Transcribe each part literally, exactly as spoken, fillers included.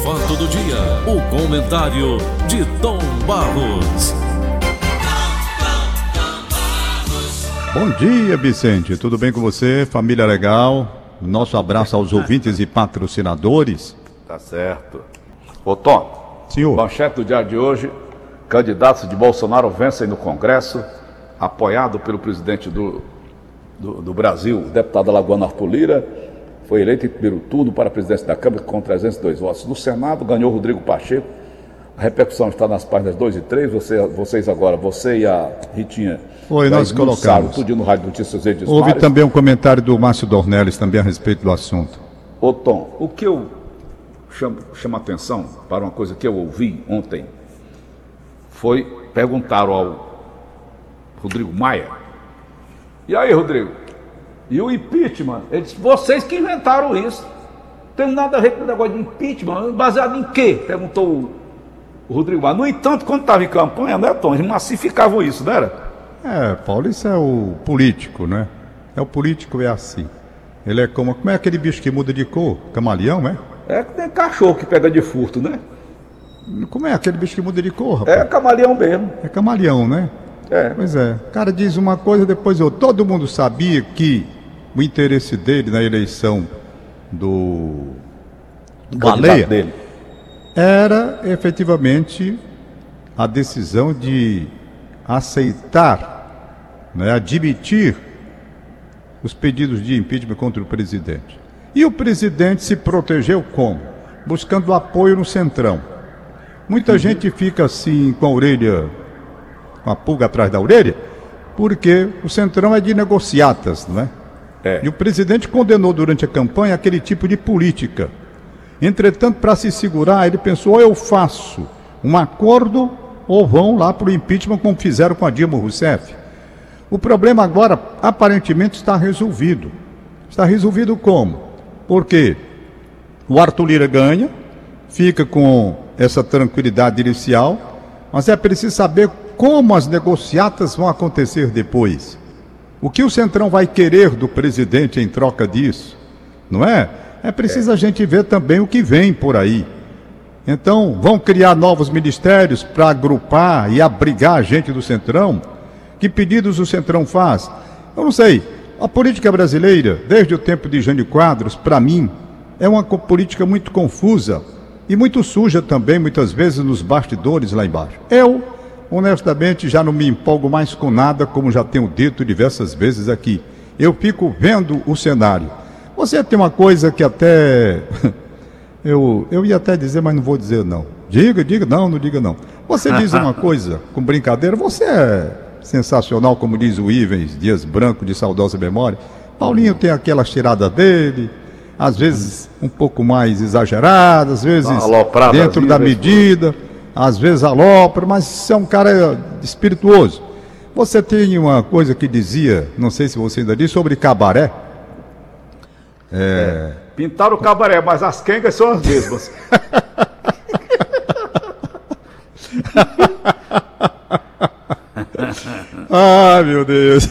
fato do dia, o comentário de Tom Barros. Bom dia, Vicente. Tudo bem com você? Família legal? Nosso abraço aos ouvintes e patrocinadores. Tá certo. Ô Tom, senhor. Manchete do dia de hoje: candidatos de Bolsonaro vencem no Congresso, apoiado pelo presidente do, do, do Brasil, o deputado alagoano Arthur Lira, foi eleito em primeiro turno para a presidência da Câmara com trezentos e dois votos. No Senado, ganhou Rodrigo Pacheco. A repercussão está nas páginas dois e três. Você, vocês agora, você e a Ritinha, foi, nós colocamos tudo no Rádio Notícias Verdes Houve Mares. Também um comentário do Márcio Dornelles também a respeito do assunto. Ô Tom, o que eu chamo, chamo a atenção para uma coisa que eu ouvi ontem foi, perguntaram ao Rodrigo Maia: e aí, Rodrigo, e o impeachment? Ele disse: vocês que inventaram isso, não tem nada a ver com o negócio de impeachment, baseado em quê? Perguntou o, o Rodrigo Maia. No entanto, quando estava em campanha, né, Tom, eles massificavam isso, não era? É, Paulo, isso é o político, né? É o político, é assim. Ele é como, como é aquele bicho que muda de cor? Camaleão, é? É que tem cachorro que pega de furto, né? Como é aquele bicho que muda de cor, rapaz? É camaleão mesmo. É camaleão, né? É. Pois é. O cara diz uma coisa, depois eu. Todo mundo sabia que o interesse dele na eleição do, do Baleia dele era efetivamente a decisão de aceitar, né, admitir os pedidos de impeachment contra o presidente. E o presidente se protegeu como? Buscando apoio no Centrão. Muita uhum. gente fica assim com a orelha, com a pulga atrás da orelha, porque o Centrão é de negociatas, não é? É. E o presidente condenou durante a campanha aquele tipo de política. Entretanto, para se segurar, ele pensou: ou eu faço um acordo ou vão lá para o impeachment, como fizeram com a Dilma Rousseff. O problema agora, aparentemente, está resolvido. Está resolvido como? Porque o Arthur Lira ganha, fica com essa tranquilidade inicial, mas é preciso saber como as negociatas vão acontecer depois. O que o Centrão vai querer do presidente em troca disso, não é? É preciso a gente ver também o que vem por aí. Então, vão criar novos ministérios para agrupar e abrigar a gente do Centrão? Que pedidos o Centrão faz? Eu não sei. A política brasileira, desde o tempo de Jânio Quadros, para mim, é uma política muito confusa e muito suja também, muitas vezes, nos bastidores lá embaixo. Eu, honestamente, já não me empolgo mais com nada, como já tenho dito diversas vezes aqui. Eu fico vendo o cenário. Você tem uma coisa que até... Eu, eu ia até dizer, mas não vou dizer não. Diga, diga, não, não diga não. Você diz uma coisa com brincadeira, você é sensacional, como diz o Ivens Dias Branco, de saudosa memória. Paulinho tem aquela tirada dele, às vezes um pouco mais exagerada, às vezes dentro da medida, às vezes alopra, mas é um cara espirituoso. Você tem uma coisa que dizia, não sei se você ainda diz, sobre cabaré. É... é. Pintaram o cabaré, mas as quengas são as mesmas. Ah, meu Deus.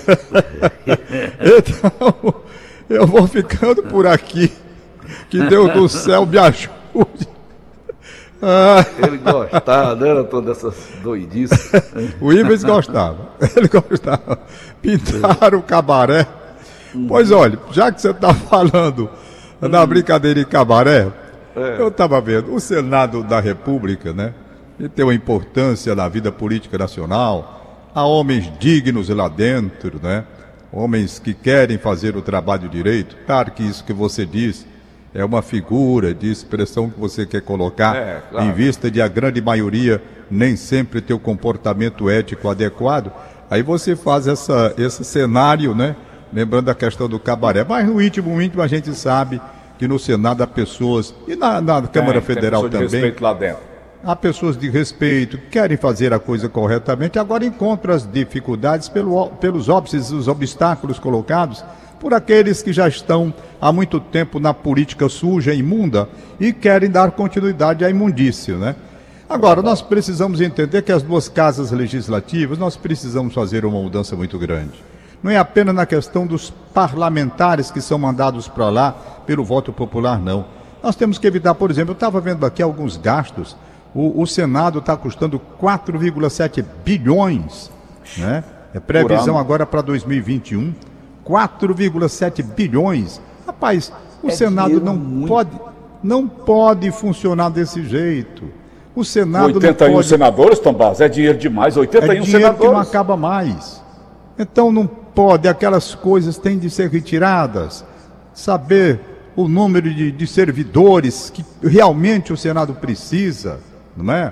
Então, eu vou ficando por aqui. Que Deus do céu me ajude. Ah. Ele gostava, não era todas essas doidices. O Ives gostava. Ele gostava. Pintaram o cabaré. Pois olha, já que você está falando na brincadeira em cabaré, é. eu estava vendo, o Senado da República, né, ele tem uma importância na vida política nacional, há homens dignos lá dentro, né, homens que querem fazer o trabalho direito. Claro que isso que você diz é uma figura de expressão que você quer colocar, é, claro. Em vista de a grande maioria nem sempre ter o comportamento ético adequado, aí você faz essa, esse cenário, né, lembrando a questão do cabaré. Mas no íntimo, no íntimo a gente sabe que no Senado há pessoas, e na, na Câmara tem, Federal tem também, de respeito lá dentro. Há pessoas de respeito, que querem fazer a coisa corretamente, agora encontram as dificuldades pelo, pelos óbices, os obstáculos colocados por aqueles que já estão há muito tempo na política suja, imunda, e querem dar continuidade à imundícia, né? Agora, nós precisamos entender que as duas casas legislativas, nós precisamos fazer uma mudança muito grande. Não é apenas na questão dos parlamentares que são mandados para lá pelo voto popular, não. Nós temos que evitar, por exemplo, eu estava vendo aqui alguns gastos, o, o Senado está custando quatro vírgula sete bilhões, né? É previsão agora para dois mil e vinte e um, quatro vírgula sete bilhões. Rapaz, o é Senado não muito. pode, não pode funcionar desse jeito. O Senado oitenta e um não pode... senadores, Tom Barros, é dinheiro demais, oitenta e um é dinheiro senadores. Que não acaba mais. Então não pode, aquelas coisas têm de ser retiradas. Saber o número de, de servidores que realmente o Senado precisa, não é?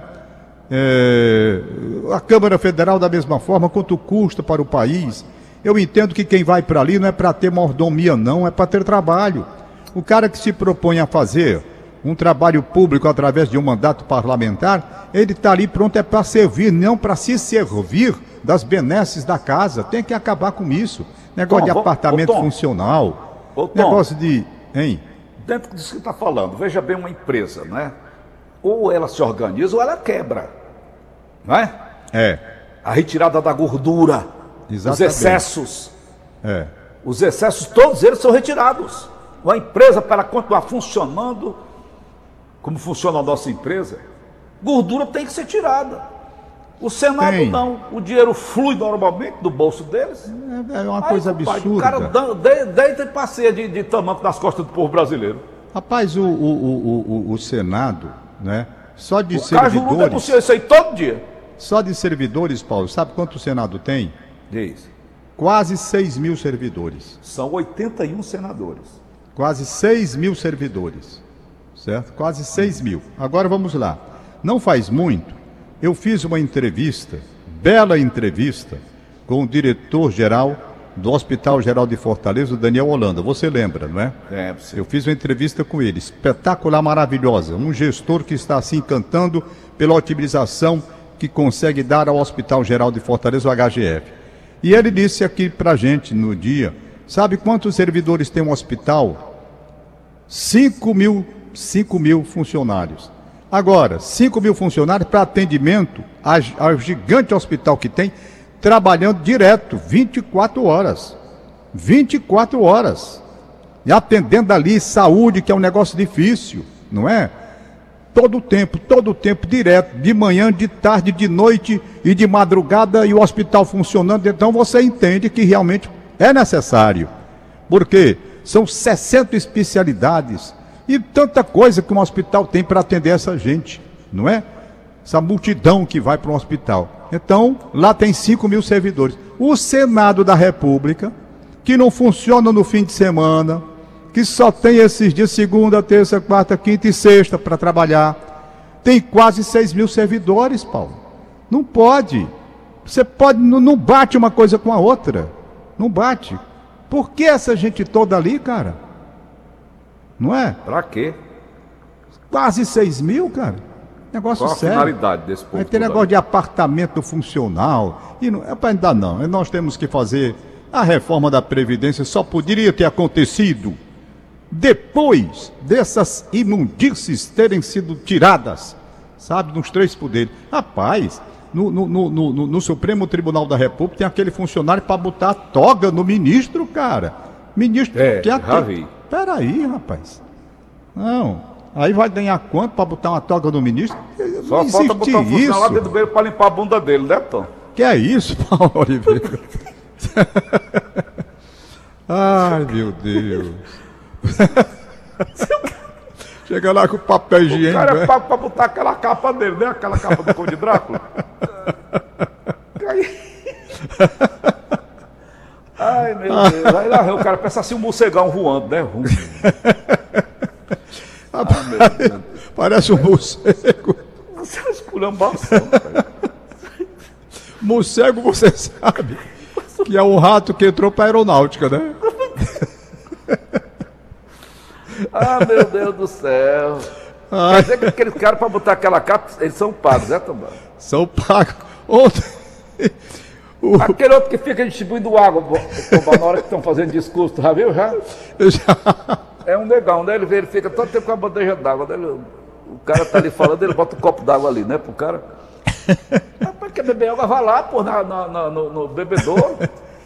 É, a Câmara Federal da mesma forma, quanto custa para o país. Eu entendo que quem vai para ali não é para ter mordomia não, é para ter trabalho. O cara que se propõe a fazer um trabalho público através de um mandato parlamentar, ele está ali pronto é para servir, não para se servir das benesses da casa. Tem que acabar com isso. Negócio Tom, de apartamento ô, funcional, ô, negócio de... Hein? Dentro disso que está falando, veja bem uma empresa, né? Ou ela se organiza ou ela quebra, não é? É. A retirada da gordura, exatamente. Os excessos. É. Os excessos, todos eles são retirados. Uma empresa, para continuar funcionando, como funciona a nossa empresa, gordura tem que ser tirada. O Senado tem. Não. O dinheiro flui normalmente do bolso deles. É, é uma Aí, coisa compadre, absurda. O cara deita e passeia de, de tamanco nas costas do povo brasileiro. Rapaz, o, o, o, o, o Senado, né? Só de o servidores... O denuncia isso aí todo dia. Só de servidores, Paulo, sabe quanto o Senado tem? Diz. Quase seis mil servidores. São oitenta e um senadores. Quase seis mil servidores. Certo? Quase seis mil. Agora vamos lá. Não faz muito, eu fiz uma entrevista, bela entrevista, com o diretor-geral do Hospital Geral de Fortaleza, o Daniel Holanda. Você lembra, não é? É, sim. Eu fiz uma entrevista com ele, espetacular, maravilhosa. Um gestor que está assim cantando pela otimização que consegue dar ao Hospital Geral de Fortaleza, o H G F. E ele disse aqui pra gente no dia, sabe quantos servidores tem um hospital? cinco mil, cinco mil funcionários. Agora, cinco mil funcionários para atendimento ao gigante hospital que tem, trabalhando direto, vinte e quatro horas. vinte e quatro horas. E atendendo ali saúde, que é um negócio difícil, não é? Todo o tempo, todo o tempo, direto, de manhã, de tarde, de noite e de madrugada, e o hospital funcionando. Então você entende que realmente é necessário. Por quê? São sessenta especialidades e tanta coisa que um hospital tem para atender essa gente, não é? Essa multidão que vai para um hospital. Então, lá tem cinco mil servidores. O Senado da República, que não funciona no fim de semana, que só tem esses dias, segunda, terça, quarta, quinta e sexta para trabalhar, tem quase seis mil servidores, Paulo. Não pode. Você pode, não, não bate uma coisa com a outra. Não bate. Por que essa gente toda ali, cara? Não é? Pra quê? Quase seis mil, cara. Negócio Qual sério. Qual a finalidade desse povo? Vai ter negócio ali de apartamento funcional. E não, é para ainda não. Nós temos que fazer a reforma da Previdência. Só poderia ter acontecido depois dessas imundícies terem sido tiradas, sabe, nos três poderes. Rapaz, no, no, no, no, no Supremo Tribunal da República tem aquele funcionário para botar a toga no ministro, cara. Ministro é, que até... Peraí, rapaz. Não. Aí vai ganhar quanto para botar uma toga no ministro? Só não falta botar um funcionário lá isso. dentro do banheiro para limpar a bunda dele, né, Tom? Que é isso, Paulo Oliveira? Ai, meu Deus. Chega lá com o papel higiênico. O cara é pago pra botar aquela capa dele, né? Aquela capa do Conde Drácula. Ai, meu Deus. Aí lá o cara pensa assim, um morcegão voando, né? Ai, meu Deus. Parece um morcego. Você é esculhambação, cara. Morcego, você sabe que é um rato que entrou pra aeronáutica, né? Ah, meu Deus do céu. Ai. Quer dizer que aqueles caras para botar aquela capa, eles são pagos, né, Tomás? São pagos. Ontem... O... Aquele outro que fica distribuindo água Tomás, na hora que estão fazendo discurso, já viu? Já? Já. É um negão, né? Ele, vê, ele fica todo tempo com a bandeja d'água. Né? O cara tá ali falando, ele bota um copo d'água ali, né, pro cara. Rapaz, quer beber água, vai lá, pô, na, na, na, no, no bebedouro.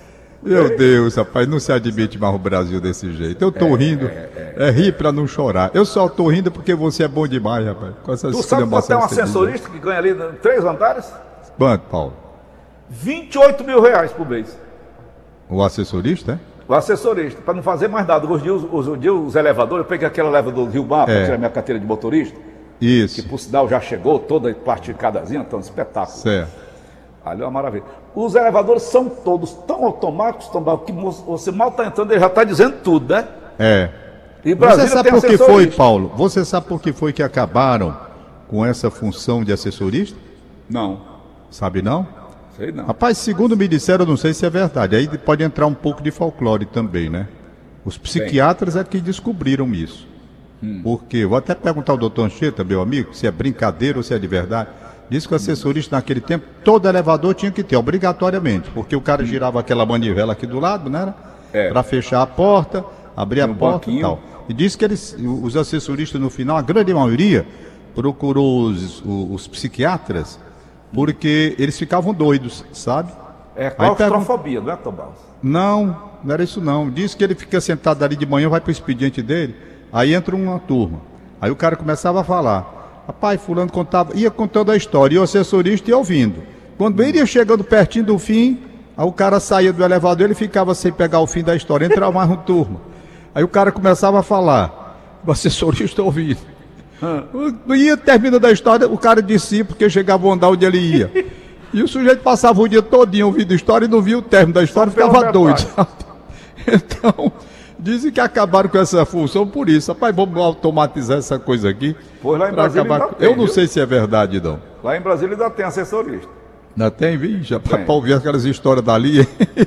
Meu Deus, rapaz, não se admite mais o Brasil desse jeito. Eu tô é, rindo, é, é, é rir pra não chorar. Eu só tô rindo porque você é bom demais, rapaz. Com essas tu sabe quanto é um ascensorista que ganha ali três andares? Quanto, Paulo? vinte e oito mil reais por mês. O assessorista, é? O assessorista, para não fazer mais nada. Os dias os, os, os elevadores, eu peguei aquele elevador do Rio Mar para é. tirar minha carteira de motorista. Isso. Que por sinal já chegou, toda plastificadazinha, então um espetáculo. Certo. Ali é uma maravilha. Os elevadores são todos tão automáticos, tão que você mal está entrando, ele já está dizendo tudo, né? É. E Brasília você sabe tem por que foi, Paulo? Você sabe por que foi que acabaram com essa função de assessorista? Não. Sabe não? Sei não. Rapaz, segundo me disseram, eu não sei se é verdade. Aí pode entrar um pouco de folclore também, né? Os psiquiatras é que descobriram isso. Hum. Porque, vou até perguntar ao doutor Anchieta, meu amigo, se é brincadeira ou se é de verdade. Diz que o assessorista naquele tempo, todo elevador tinha que ter, obrigatoriamente. Porque o cara girava aquela manivela aqui do lado, né? É. Para fechar a porta, abrir um a porta banquinho. E tal. E diz que eles, os assessoristas no final, a grande maioria, procurou os, os, os psiquiatras, porque eles ficavam doidos, sabe? É claustrofobia, não é, Tomás? Não, não era isso não. Diz que ele fica sentado ali de manhã, vai para o expediente dele, aí entra uma turma. Aí o cara começava a falar. Rapaz, fulano contava, ia contando a história, e o assessorista ia ouvindo. Quando ele ia chegando pertinho do fim, aí o cara saía do elevador, ele ficava sem pegar o fim da história, entrava mais uma turma. Aí o cara começava a falar, o assessorista ouvindo. Hum. Ia terminando a história, o cara descia porque chegava a andar onde ele ia. E o sujeito passava o dia todinho ouvindo a história e não via o término da história, ficava doido. Então, dizem que acabaram com essa função por isso. Rapaz, vamos automatizar essa coisa aqui. Pois lá em Brasília acabar... ainda tem, Eu não viu? sei se é verdade, não. Lá em Brasília ainda tem assessorista. Ainda tem, vixe, rapaz, para ouvir aquelas histórias dali.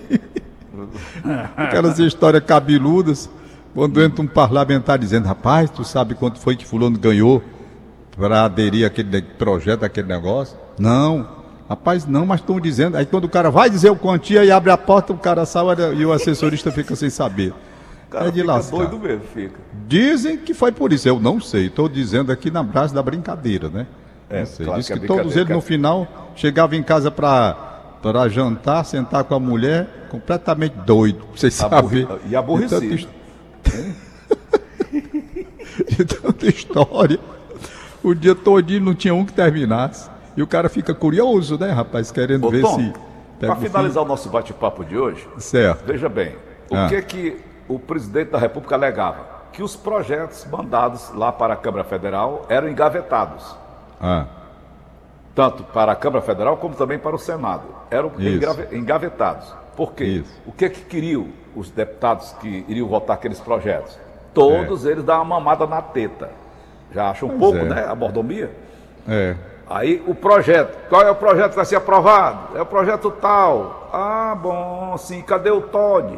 Aquelas histórias cabeludas. Quando entra um parlamentar dizendo, rapaz, tu sabe quanto foi que fulano ganhou para aderir àquele projeto, àquele negócio? Não, rapaz, não, mas estão dizendo. Aí quando o cara vai dizer o quantia e abre a porta, o cara sai e o assessorista fica sem saber. O cara é de fica lascar. Doido mesmo, fica. Dizem que foi por isso, eu não sei, estou dizendo aqui na base da brincadeira, né? É, não sei. Claro Diz que, que todos eles no final chegavam em casa para para jantar, sentar com a mulher, completamente doido, pra vocês saberem. E aborrecido. De tanta história, o dia todinho não tinha um que terminasse. E o cara fica curioso, né, rapaz, querendo Ô, ver Tom, se... Para finalizar o nosso bate-papo de hoje, certo. Veja bem, o ah. que que o presidente da República alegava? Que os projetos mandados lá para a Câmara Federal eram engavetados. Ah. Tanto para a Câmara Federal como também para o Senado. Eram Isso. engavetados. Por quê? Isso. O que que queriam os deputados que iriam votar aqueles projetos? Todos é. eles dão uma mamada na teta. Já acham um pouco, é. né? A mordomia. É. Aí o projeto. Qual é o projeto que vai ser aprovado? É o projeto tal. Ah, bom, sim. Cadê o Todd?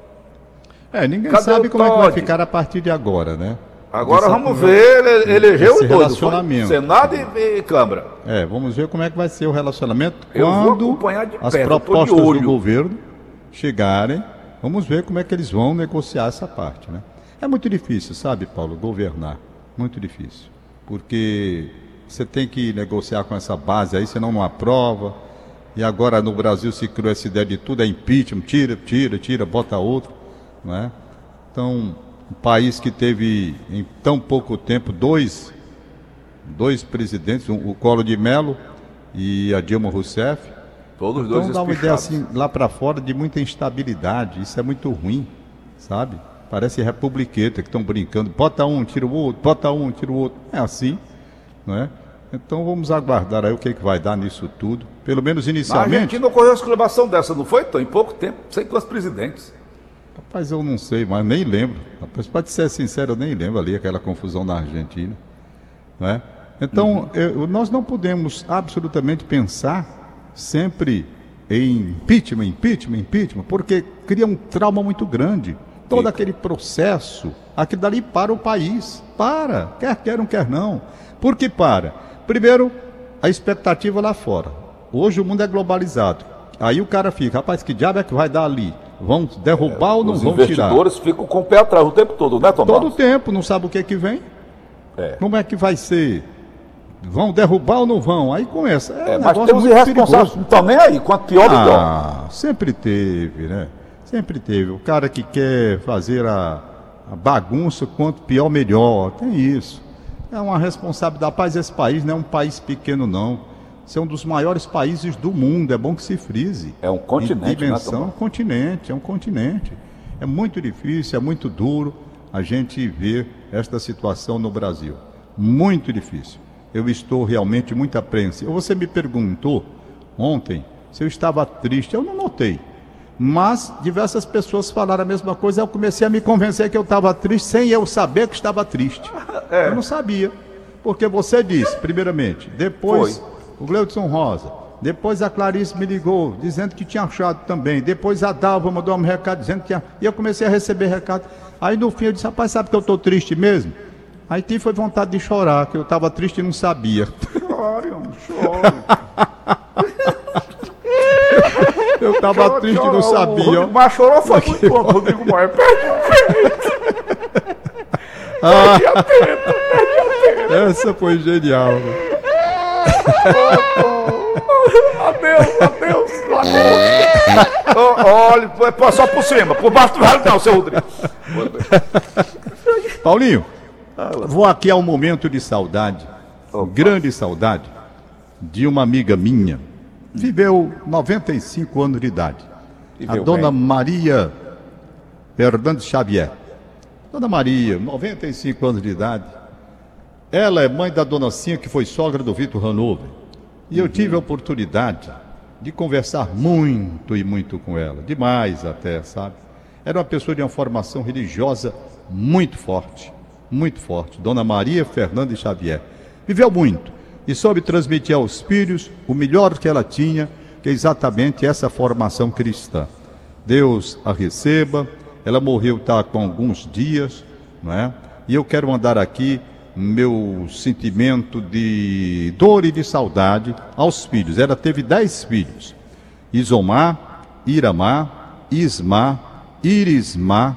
É, ninguém Cadê sabe como Todd? É que vai ficar a partir de agora, né? Agora Esse vamos ver, ele, elegeu o relacionamento. Senado e, e Câmara. É, vamos ver como é que vai ser o relacionamento Eu quando vou acompanhar de as perto, propostas do governo chegarem. Vamos ver como é que eles vão negociar essa parte, né? É muito difícil, sabe, Paulo, governar. Muito difícil. Porque você tem que negociar com essa base aí, senão não aprova. E agora no Brasil se criou essa ideia de tudo é impeachment, tira, tira, tira, bota outro, não é? Então, um país que teve em tão pouco tempo dois, dois presidentes, um, o Collor de Mello e a Dilma Rousseff. Todos então, dois dá uma ideia assim, lá para fora, de muita instabilidade. Isso é muito ruim, sabe? Parece republiqueta que estão brincando. Bota um, tira o outro, bota um, tira o outro. É assim, não é? Então vamos aguardar aí o que, é que vai dar nisso tudo. Pelo menos inicialmente... A Argentina ocorreu uma exclamação dessa, não foi, Tom? Em pouco tempo, sei quantos presidentes. Rapaz, eu não sei, mas nem lembro. Rapaz, pode ser sincero, eu nem lembro ali aquela confusão na Argentina. Não é? Então, uhum. eu, nós não podemos absolutamente pensar sempre em impeachment, impeachment, impeachment, porque cria um trauma muito grande. Todo Fica. aquele processo, aquilo dali para o país. Para, quer queiram, quer não. Por que para? Primeiro, a expectativa lá fora. Hoje o mundo é globalizado. Aí o cara fica, rapaz, que diabo é que vai dar ali? Vão derrubar é, ou não vão tirar? Os investidores ficam com o pé atrás o tempo todo, né, Tomás? Todo o tempo, não sabe o que é que vem. É. Como é que vai ser? Vão derrubar ou não vão? Aí começa. É, é, um mas tem os irresponsáveis, não estão nem aí, quanto pior do pior. Ah, sempre teve, né? Sempre teve. O cara que quer fazer a, a bagunça, quanto pior, melhor. Tem isso. É uma responsabilidade. Paz, esse país não é um país pequeno, não. Esse é um dos maiores países do mundo. É bom que se frise. É um continente, em dimensão, né, é um continente, é um continente. É muito difícil, é muito duro a gente ver esta situação no Brasil. Muito difícil. Eu estou realmente muito apreensivo. Você me perguntou ontem se eu estava triste. Eu não notei. Mas diversas pessoas falaram a mesma coisa. Eu comecei a me convencer que eu estava triste sem eu saber que estava triste. É. Eu não sabia. Porque você disse, primeiramente, depois Foi. o Gleudson Rosa, depois a Clarice me ligou dizendo que tinha achado também. Depois a Dalva mandou um recado dizendo que tinha... E eu comecei a receber recado. Aí no fim eu disse, rapaz, sabe que eu estou triste mesmo? Aí tive foi vontade de chorar, que eu estava triste e não sabia. Chore, homem, chore. Eu estava chora, triste e não sabia. Mas chorou foi muito bom, Rodrigo Maia. Perde, perde. Ah, perde a teta, perde a teta. Essa foi genial. Adeus, adeus, adeus. Olha, só por cima, por baixo do vale não, seu Rodrigo. Paulinho, vou aqui ao momento de saudade, grande saudade, de uma amiga minha. Viveu noventa e cinco anos de idade. Viveu a dona bem. Maria Fernandes Xavier. Dona Maria, noventa e cinco anos de idade. Ela é mãe da dona Cinha, que foi sogra do Vitor Hanover. E eu tive a oportunidade de conversar muito e muito com ela. Demais até, sabe? Era uma pessoa de uma formação religiosa muito forte. Muito forte. Dona Maria Fernandes Xavier. Viveu muito. E soube transmitir aos filhos o melhor que ela tinha, que é exatamente essa formação cristã. Deus a receba. Ela morreu tá, com alguns dias, não é? E eu quero mandar aqui meu sentimento de dor e de saudade aos filhos. Ela teve dez filhos. Isomar, Iramar, Ismar, Irismar,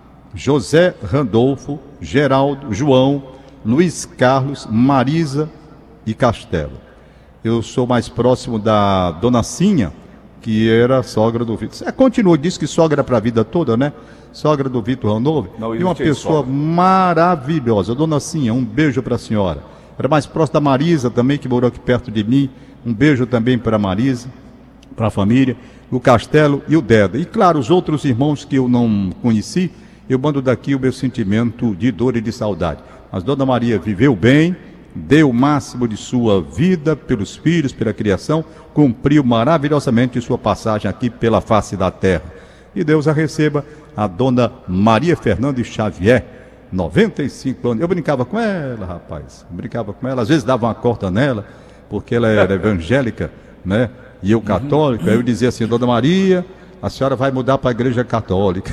José Randolfo, Geraldo, João, Luiz Carlos, Marisa e Castelo. Eu sou mais próximo da dona Cinha, que era sogra do Vitor. É, continua, disse que sogra para a vida toda, né? Sogra do Vitor Hanover. E uma pessoa sogra. maravilhosa. Dona Cinha, um beijo para a senhora. Era mais próximo da Marisa também, que morou aqui perto de mim. Um beijo também para a Marisa, para a família, o Castelo e o Deda. E claro, os outros irmãos que eu não conheci, eu mando daqui o meu sentimento de dor e de saudade. Mas Dona Maria viveu bem, deu o máximo de sua vida pelos filhos, pela criação, cumpriu maravilhosamente sua passagem aqui pela face da terra. E Deus a receba, a Dona Maria Fernandes Xavier, noventa e cinco anos. Eu brincava com ela, rapaz, eu brincava com ela, às vezes dava uma corta nela, porque ela era evangélica, né? E eu católico, aí eu dizia assim, Dona Maria, a senhora vai mudar para a igreja católica.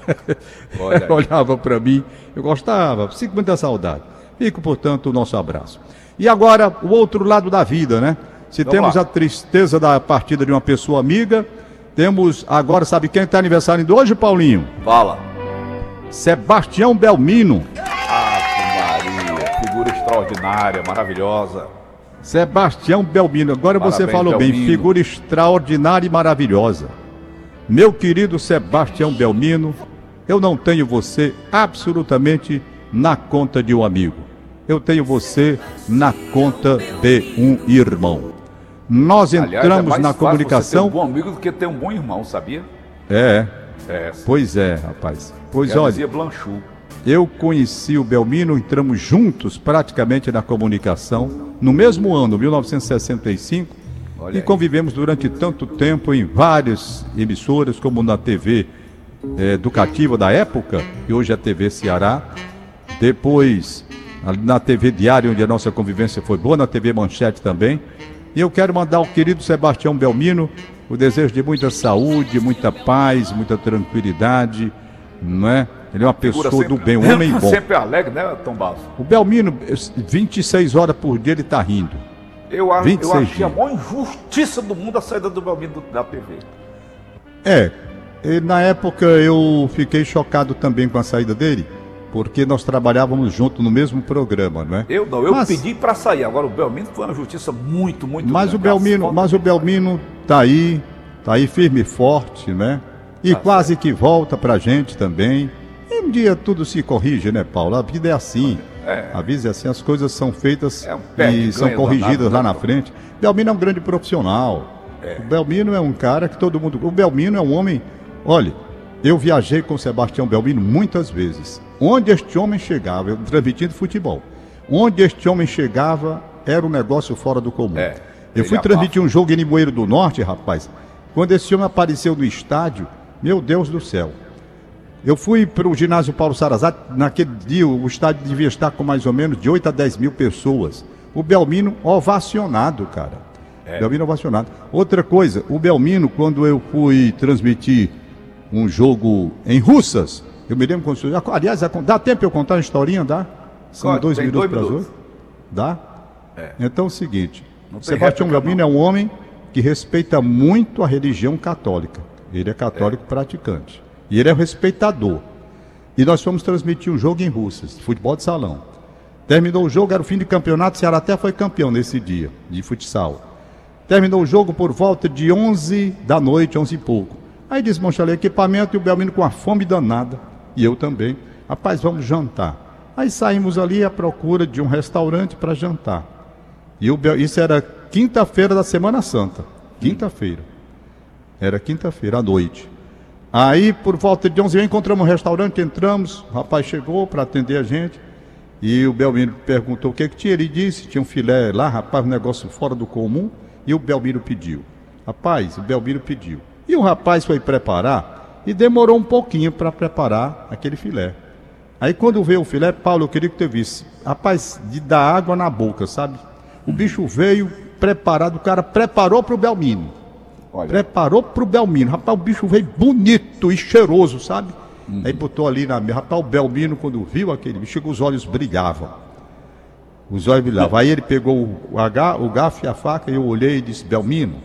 Ela olhava para mim, eu gostava, sinto muita saudade. Fico, portanto, o nosso abraço. E agora, o outro lado da vida, né? Se Vamos temos lá. a tristeza da partida de uma pessoa amiga, temos agora, sabe quem está aniversário de hoje, Paulinho? Fala. Sebastião Belmino. Ah, Maria, figura extraordinária, maravilhosa. Sebastião Belmino, agora Parabéns, você falou Belmino. bem, figura extraordinária e maravilhosa. Meu querido Sebastião Belmino, eu não tenho você absolutamente na conta de um amigo. Eu tenho você na conta de um irmão. Nós entramos Aliás, é mais na comunicação. Você ter um bom amigo do que ter um bom irmão, sabia? É. é pois é, rapaz. Pois Já olha. Dizia Blanchot. Eu conheci o Belmino, entramos juntos praticamente na comunicação no mesmo ano, mil novecentos e sessenta e cinco, Olha e aí. convivemos durante tanto tempo em várias emissoras, como na T V é, educativa da época, que hoje é a T V Ceará. Depois, na T V Diário, onde a nossa convivência foi boa, na T V Manchete também. E eu quero mandar ao querido Sebastião Belmino o desejo de muita saúde, muita paz, muita tranquilidade, não é? Ele é uma pessoa sempre, do bem, um homem bom. Sempre alegre, né, Tom Basso? O Belmino, vinte e seis horas por dia ele está rindo. Eu, acho, eu achei a maior injustiça do mundo a saída do Belmino da T V. É, e na época eu fiquei chocado também com a saída dele, porque nós trabalhávamos junto no mesmo programa, não é? Eu não, eu mas, pedi para sair. Agora o Belmino foi uma justiça muito, muito mas grande. O Belmino, mas o Belmino tá aí, tá aí firme e forte, né? E Tá quase certo. que volta pra gente também. E um dia tudo se corrige, né, Paulo? A vida é assim. É. A vida é assim, as coisas são feitas É um perde, e são ganha, corrigidas danado, lá né, na Paulo? frente. Belmino é um grande profissional. É. O Belmino é um cara que todo mundo... O Belmino é um homem... Olha, eu viajei com o Sebastião Belmino muitas vezes. Onde este homem chegava, eu transmitindo futebol, onde este homem chegava era um negócio fora do comum. É, eu ele fui abafa. transmitir um jogo em Limoeiro do Norte, rapaz. Quando esse homem apareceu no estádio, meu Deus do céu. Eu fui para o ginásio Paulo Sarazate, naquele dia o estádio devia estar com mais ou menos de oito a dez mil pessoas. O Belmino ovacionado, cara. É. Belmino ovacionado. Outra coisa, o Belmino, quando eu fui transmitir um jogo em Russas, eu me lembro quando... Aliás, dá tempo eu contar a historinha, dá? São Pode, dois tem minutos dois para as minutos. oito? Dá? É. Então é o seguinte, Não tem Sebastião réplica, Belmino é um homem que respeita muito a religião católica. Ele é católico praticante. E ele é um respeitador. E nós fomos transmitir um jogo em Russas, futebol de salão. Terminou o jogo, era o fim de campeonato, o Ceará até foi campeão nesse dia, de futsal. Terminou o jogo por volta de onze da noite, onze e pouco. Aí desmanchei o equipamento e o Belmino com a fome danada. E eu também. Rapaz, vamos jantar. Aí saímos ali à procura de um restaurante para jantar. E o Bel... Isso era quinta-feira da Semana Santa. Quinta-feira. Era quinta-feira à noite. Aí, por volta de onze, encontramos um restaurante, entramos, o rapaz chegou para atender a gente, e o Belmiro perguntou o que que tinha, ele disse, tinha um filé lá, rapaz, um negócio fora do comum, e o Belmiro pediu. Rapaz, o Belmiro pediu. E o rapaz foi preparar, e demorou um pouquinho para preparar aquele filé. Aí quando veio o filé, Paulo, eu queria que tu visse, rapaz, de dar água na boca, sabe? O bicho veio preparado, o cara preparou para o Belmino. Olha. Preparou pro Belmino. Rapaz, o bicho veio bonito e cheiroso, sabe? Uhum. Aí botou ali na mesa. Rapaz, o Belmino, quando viu aquele bicho, os olhos brilhavam. Os olhos brilhavam. Aí ele pegou o, H, o garfo e a faca, e eu olhei e disse, Belmino,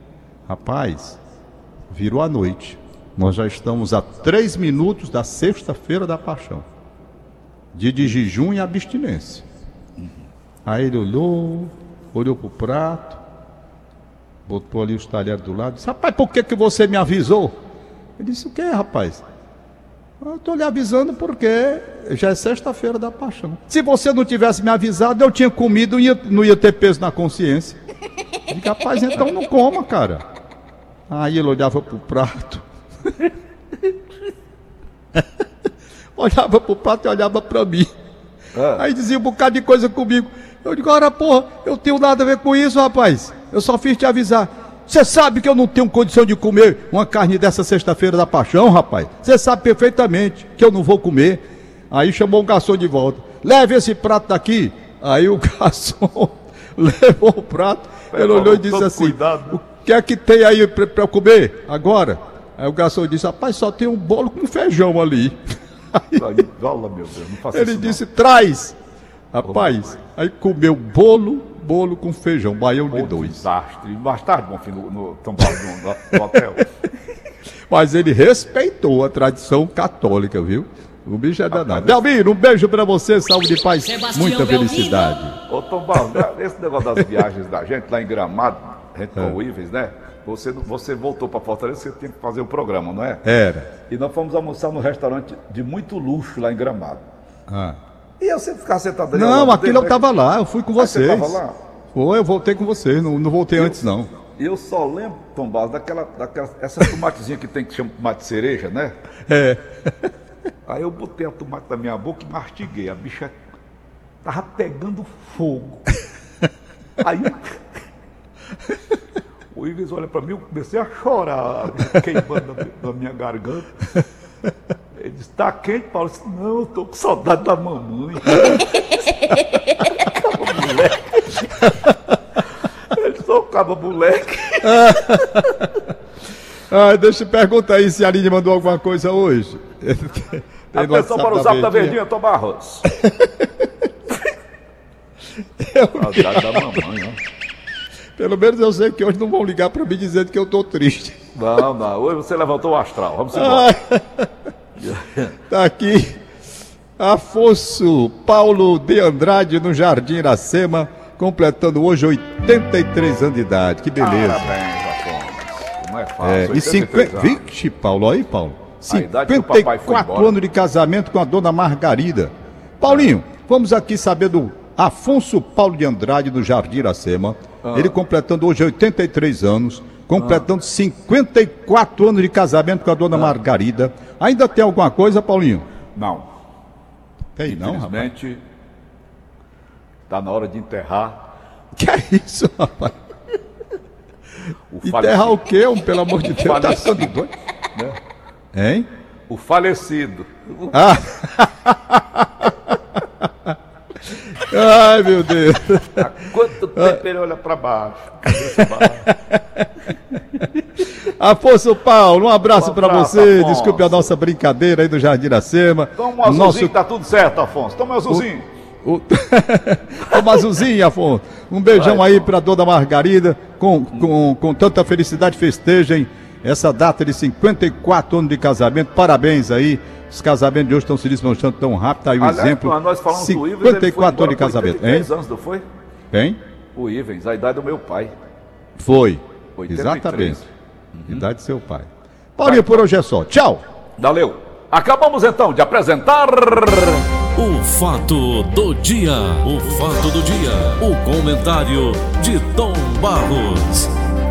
rapaz, virou a noite. Nós já estamos a três minutos da sexta-feira da paixão. Dia de jejum e abstinência. Uhum. Aí ele olhou, olhou pro prato, botou ali os talheres do lado, disse, rapaz, por que que você me avisou? Ele disse, o que, rapaz? Eu estou lhe avisando porque já é sexta-feira da paixão. Se você não tivesse me avisado, eu tinha comido e não ia ter peso na consciência. Eu disse, rapaz, então não coma, cara. Aí ele olhava pro prato. Olhava pro prato e olhava para mim. Ah. Aí dizia um bocado de coisa comigo. Eu digo, ora, porra, eu tenho nada a ver com isso, rapaz. Eu só fiz te avisar. Você sabe que eu não tenho condição de comer uma carne dessa sexta-feira da paixão, rapaz? Você sabe perfeitamente que eu não vou comer. Aí chamou o garçom de volta. Leve esse prato daqui. Aí o garçom levou o prato. Ele olhou e disse assim, cuidado, né? O que é que tem aí para eu comer agora? Aí o garçom disse, rapaz, só tem um bolo com feijão ali. Aí, Fala, meu Deus, não faça ele isso, disse, não. Traz. Rapaz, aí comeu bolo, bolo com feijão, baião de Bom dois. Desastre. Mais tarde, bom filho, no, no, no, no hotel. Mas ele respeitou a tradição católica, viu? O bicho é danado. Belmiro, um beijo pra você, saúde e paz, Sebastião muita Belmino. felicidade. Ô, Tom Barros, esse negócio das viagens da gente lá em Gramado, gente com o Ives, né? Você, você voltou para Fortaleza, você tinha que fazer o programa, não é? Era. E nós fomos almoçar num restaurante de muito luxo lá em Gramado. Ah. E eu sempre ficava sentado ali. ao Não, lado aquilo dele, eu né? tava lá, eu fui com Ah, você vocês. tava lá? Foi, eu voltei com vocês, não, não voltei Eu- antes não. Eu só lembro, Tom Barros, daquela, daquela essa tomatezinha que tem que chama tomate de cereja, né? É. Aí eu botei a tomate na minha boca e mastiguei. A bicha tava pegando fogo. Aí o Ives olha pra mim, eu comecei a chorar, queimando na, na minha garganta. Ele disse, tá quente, Paulo? Eu disse, não, eu tô com saudade da mamãe. Acaba, moleque. Ele só acaba, moleque. Ah, deixa eu perguntar aí se a Aline mandou alguma coisa hoje. Tem no Atenção WhatsApp para o da zap da Verdinha. Verdinha, Tom Barros. Saudade da mamãe, ó. Pelo menos eu sei que hoje não vão ligar pra mim dizendo que eu tô triste. Não, não. Hoje você levantou o astral. Vamos embora. Tá aqui Afonso Paulo de Andrade no Jardim Iracema, completando hoje oitenta e três anos de idade. Que beleza. Parabéns, Afonso. Não é fácil. É, e cinquenta... Vixe, Paulo, aí, Paulo. cinquenta e quatro anos de casamento com a dona Margarida. Paulinho, vamos aqui saber do Afonso Paulo de Andrade, do Jardim Iracema. Ah. Ele completando hoje oitenta e três anos, completando ah. cinquenta e quatro anos de casamento com a dona ah. Margarida. Ainda tem alguma coisa, Paulinho? Não. Tem não, rapaz? Infelizmente, está na hora de enterrar. Que é isso, rapaz? O enterrar o quê, um, pelo amor de Deus? Tá ficando doido, né? Hein? O falecido. Ah. Ai, meu Deus. Há quanto tempo ele olha para baixo? Afonso Paulo, um abraço, um abraço para você. Afonso. Desculpe a nossa brincadeira aí do Jardim Iracema. Toma um azulzinho, nosso... tá tudo certo, Afonso. Toma um azulzinho. O... Toma um azulzinho, Afonso. Um beijão Vai, aí para dona Margarida. Com, com, com tanta felicidade, festejem essa data de cinquenta e quatro anos de casamento. Parabéns aí. Os casamentos de hoje estão se desmanchando tão rápido. Aí o Aliás, exemplo. Nós falamos cinquenta e quatro anos de casamento. oitenta e três anos, não foi? Quem? O Ivens, a idade do meu pai. Foi. oitenta e três. Exatamente. Uhum. Idade do seu pai. Paulinho, por hoje é só. Tchau. Valeu. Acabamos então de apresentar... O fato do dia. O fato do dia. O comentário de Tom Barros.